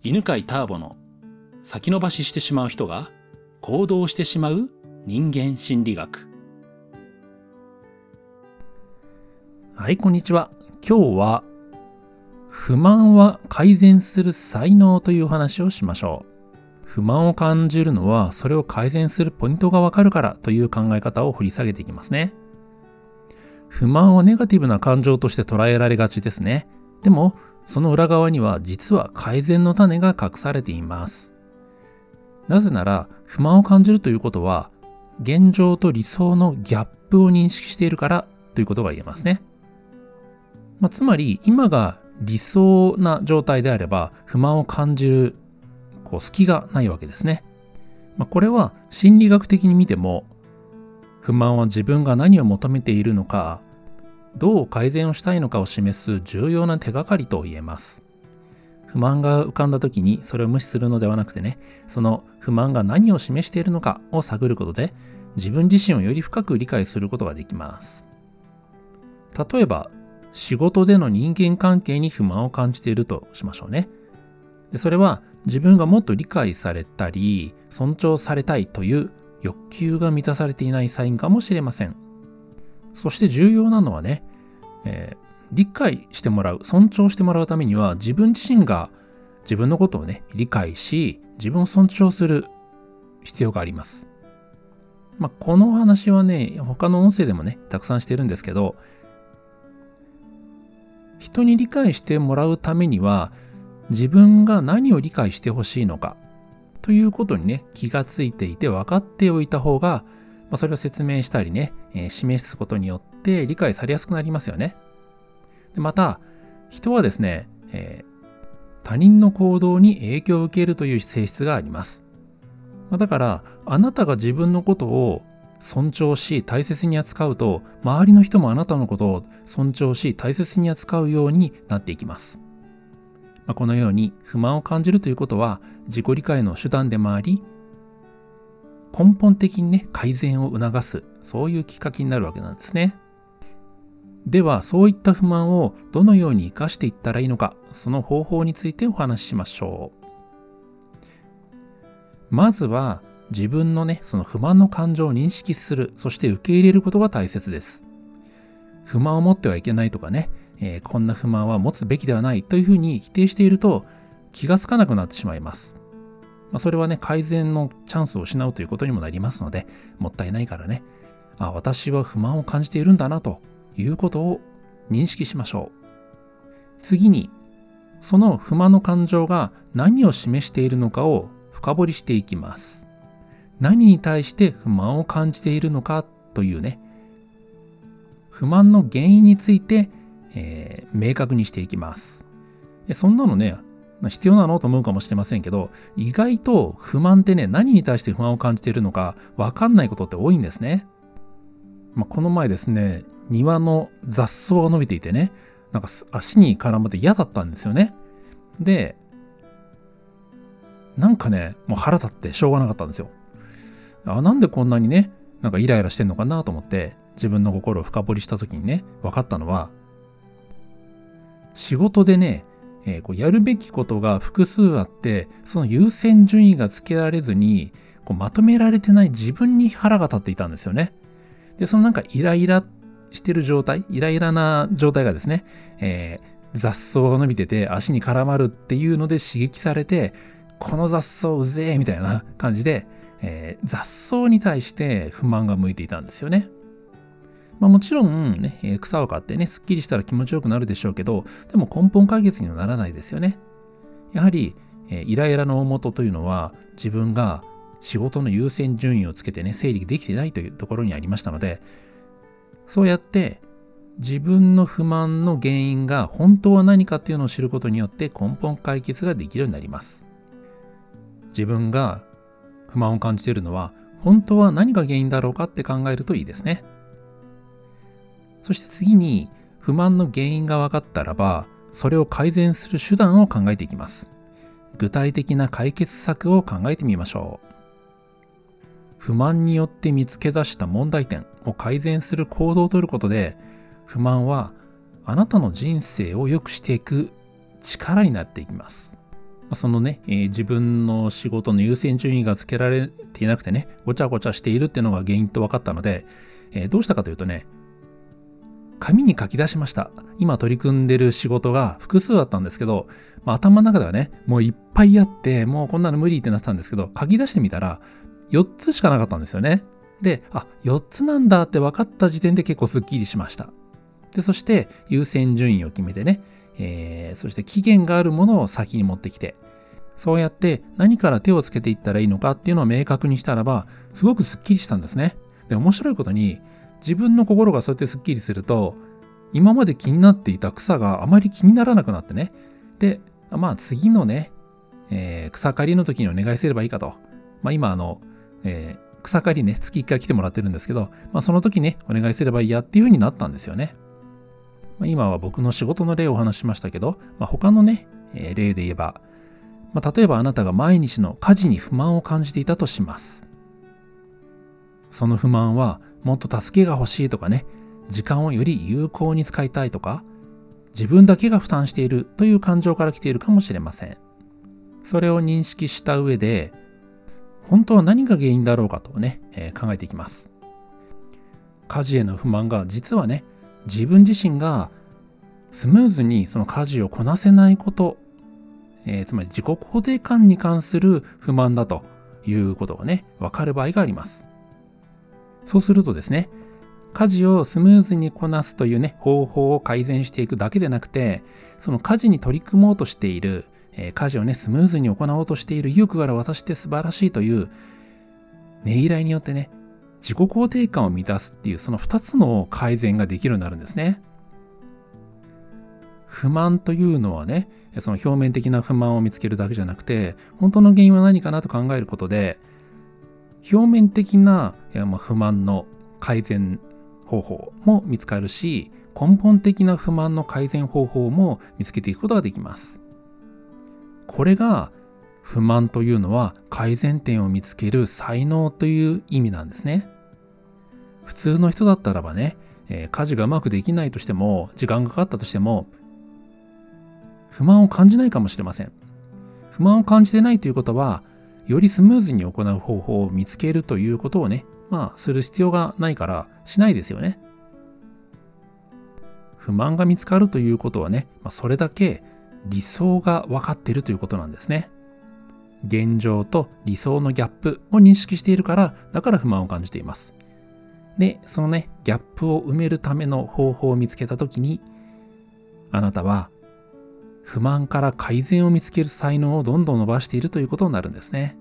犬飼ターボの先延ばししてしまう人が行動してしまう人間心理学。 はい、こんにちは。今日は不満は改善する才能というお話をしましょう。不満を感じるのはそれを改善するポイントがわかるからという考え方を掘り下げていきますね。不満をネガティブな感情として捉えられがちですね。でもその裏側には実は改善の種が隠されています。なぜなら不満を感じるということは現状と理想のギャップを認識しているからということが言えますね。つまり今が理想な状態であれば不満を感じる隙がないわけですね。これは心理学的に見ても不満は自分が何を求めているのか、どう改善をしたいのかを示す重要な手がかりと言えます。不満が浮かんだ時にそれを無視するのではなくてね、その不満が何を示しているのかを探ることで自分自身をより深く理解することができます。例えば仕事での人間関係に不満を感じているとしましょうね。でそれは自分がもっと理解されたり尊重されたいという欲求が満たされていないサインかもしれません。そして重要なのはね、理解してもらう、尊重してもらうためには自分自身が自分のことをね理解し自分を尊重する必要があります。このお話はね他の音声でもねたくさんしてるんですけど、人に理解してもらうためには自分が何を理解してほしいのかということにね気がついていて分かっておいた方が、それを説明したりね、示すことによって理解されやすくなりますよね。でまた人はですね、他人の行動に影響を受けるという性質があります。だからあなたが自分のことを尊重し大切に扱うと周りの人もあなたのことを尊重し大切に扱うようになっていきます。このように不満を感じるということは自己理解の手段でもあり、根本的にね改善を促す、そういうきっかけになるわけなんですね。ではそういった不満をどのように生かしていったらいいのか、その方法についてお話ししましょう。まずは自分のねその不満の感情を認識する、そして受け入れることが大切です。不満を持ってはいけないとかね、こんな不満は持つべきではないというふうに否定していると気がつかなくなってしまいます。それはね改善のチャンスを失うということにもなりますので、もったいないからね、私は不満を感じているんだなということを認識しましょう。次にその不満の感情が何を示しているのかを深掘りしていきます。何に対して不満を感じているのかというね、不満の原因について、明確にしていきます。そんなのね必要なのと思うかもしれませんけど、意外と不満ってね何に対して不満を感じているのか分かんないことって多いんですね。この前ですね、庭の雑草が伸びていてね、足に絡まって嫌だったんですよね。でもう腹立ってしょうがなかったんですよ。なんでこんなにねイライラしてんのかなと思って自分の心を深掘りした時にね分かったのは、仕事でね、やるべきことが複数あってその優先順位がつけられずにまとめられてない自分に腹が立っていたんですよね。でそのイライラしてる状態、イライラな状態がですね、雑草が伸びてて足に絡まるっていうので刺激されて、この雑草うぜえみたいな感じで、雑草に対して不満が向いていたんですよね。もちろんね、草を刈ってねすっきりしたら気持ちよくなるでしょうけど、でも根本解決にはならないですよね。やはり、イライラの大元というのは自分が仕事の優先順位をつけてね整理できていないというところにありましたので、そうやって自分の不満の原因が本当は何かっていうのを知ることによって根本解決ができるようになります。自分が不満を感じているのは本当は何が原因だろうかって考えるといいですね。そして次に不満の原因が分かったらば、それを改善する手段を考えていきます。具体的な解決策を考えてみましょう。不満によって見つけ出した問題点を改善する行動をとることで、不満はあなたの人生を良くしていく力になっていきます。 そのね、自分の仕事の優先順位がつけられていなくてね、ごちゃごちゃしているっていうのが原因と分かったので、どうしたかというとね、紙に書き出しました。今取り組んでる仕事が複数あったんですけど、頭の中ではね、もういっぱいあって、もうこんなの無理ってなってたんですけど、書き出してみたら4つしかなかったんですよね。で、4つなんだって分かった時点で結構スッキリしました。で、そして優先順位を決めてね、そして期限があるものを先に持ってきて、そうやって何から手をつけていったらいいのかっていうのを明確にしたらば、すごくスッキリしたんですね。で、面白いことに、自分の心がそうやってスッキリすると、今まで気になっていた草があまり気にならなくなってね。で、次のね、草刈りの時にお願いすればいいかと。今草刈りね、月1回来てもらってるんですけど、その時ね、お願いすればいいやっていう風になったんですよね。今は僕の仕事の例をお話ししましたけど、他のね、例で言えば、例えばあなたが毎日の家事に不満を感じていたとします。その不満は、もっと助けが欲しいとかね、時間をより有効に使いたいとか、自分だけが負担しているという感情から来ているかもしれません。それを認識した上で、本当は何が原因だろうかとね、考えていきます。家事への不満が実はね、自分自身がスムーズにその家事をこなせないこと、つまり自己肯定感に関する不満だということがね、わかる場合があります。そうするとですね、家事をスムーズにこなすというね、方法を改善していくだけでなくて、その家事に取り組もうとしている、家事をね、スムーズに行おうとしている意欲がある私って素晴らしいという、ねぎらいによってね、自己肯定感を満たすっていうその2つの改善ができるようになるんですね。不満というのはね、その表面的な不満を見つけるだけじゃなくて、本当の原因は何かなと考えることで、表面的な不満の改善方法も見つかるし、根本的な不満の改善方法も見つけていくことができます。これが不満というのは改善点を見つける才能という意味なんですね。普通の人だったらばね、家事がうまくできないとしても、時間がかかったとしても、不満を感じないかもしれません。不満を感じてないということは、よりスムーズに行う方法を見つけるということをね、する必要がないからしないですよね。不満が見つかるということはね、それだけ理想が分かっているということなんですね。現状と理想のギャップを認識しているから、だから不満を感じています。で、そのね、ギャップを埋めるための方法を見つけたときに、あなたは不満から改善を見つける才能をどんどん伸ばしているということになるんですね。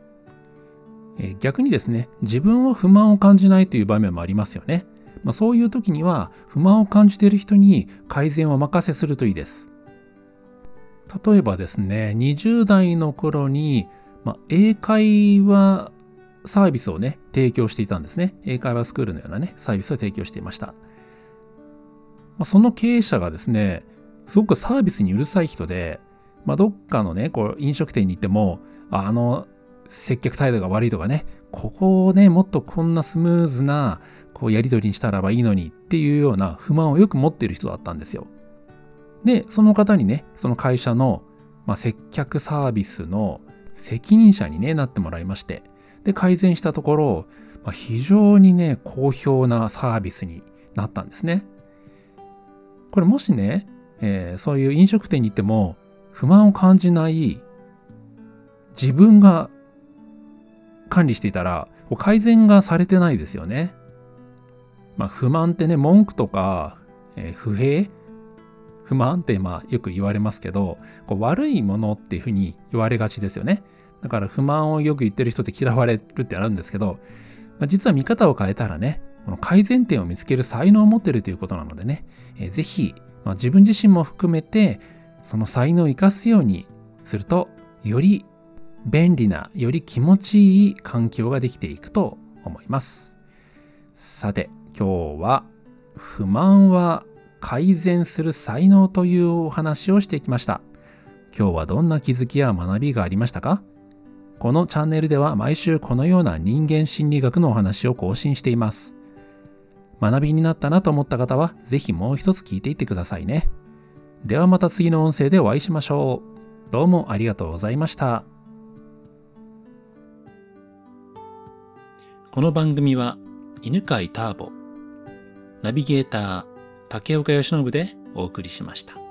逆にですね、自分は不満を感じないという場面もありますよね。そういう時には不満を感じている人に改善をお任せするといいです。例えばですね、20代の頃に、英会話サービスをね、提供していたんですね。英会話スクールのようなね、サービスを提供していました。その経営者がですね、すごくサービスにうるさい人で、どっかのね、飲食店に行っても、接客態度が悪いとかね、ここをね、もっとこんなスムーズなやり取りにしたらばいいのにっていうような不満をよく持っている人だったんですよ。で、その方にね、その会社の、接客サービスの責任者に、ね、なってもらいまして、で、改善したところ、非常にね、好評なサービスになったんですね。これもしね、そういう飲食店に行っても不満を感じない自分が管理していたら改善がされてないですよね。不満ってね、文句とか、不平不満ってよく言われますけど、悪いものっていうふうに言われがちですよね。だから不満をよく言ってる人って嫌われるってあるんですけど、実は見方を変えたらね、この改善点を見つける才能を持っているということなのでね、ぜひ、自分自身も含めてその才能を生かすようにすると、より便利な、より気持ちいい環境ができていくと思います。さて、今日は不満は改善する才能というお話をしてきました。今日はどんな気づきや学びがありましたか？このチャンネルでは毎週このような人間心理学のお話を更新しています。学びになったなと思った方は、ぜひもう一つ聞いていってくださいね。ではまた次の音声でお会いしましょう。 どうもありがとうございました。 この番組は犬飼ターボ、ナビゲーター竹岡由伸でお送りしました。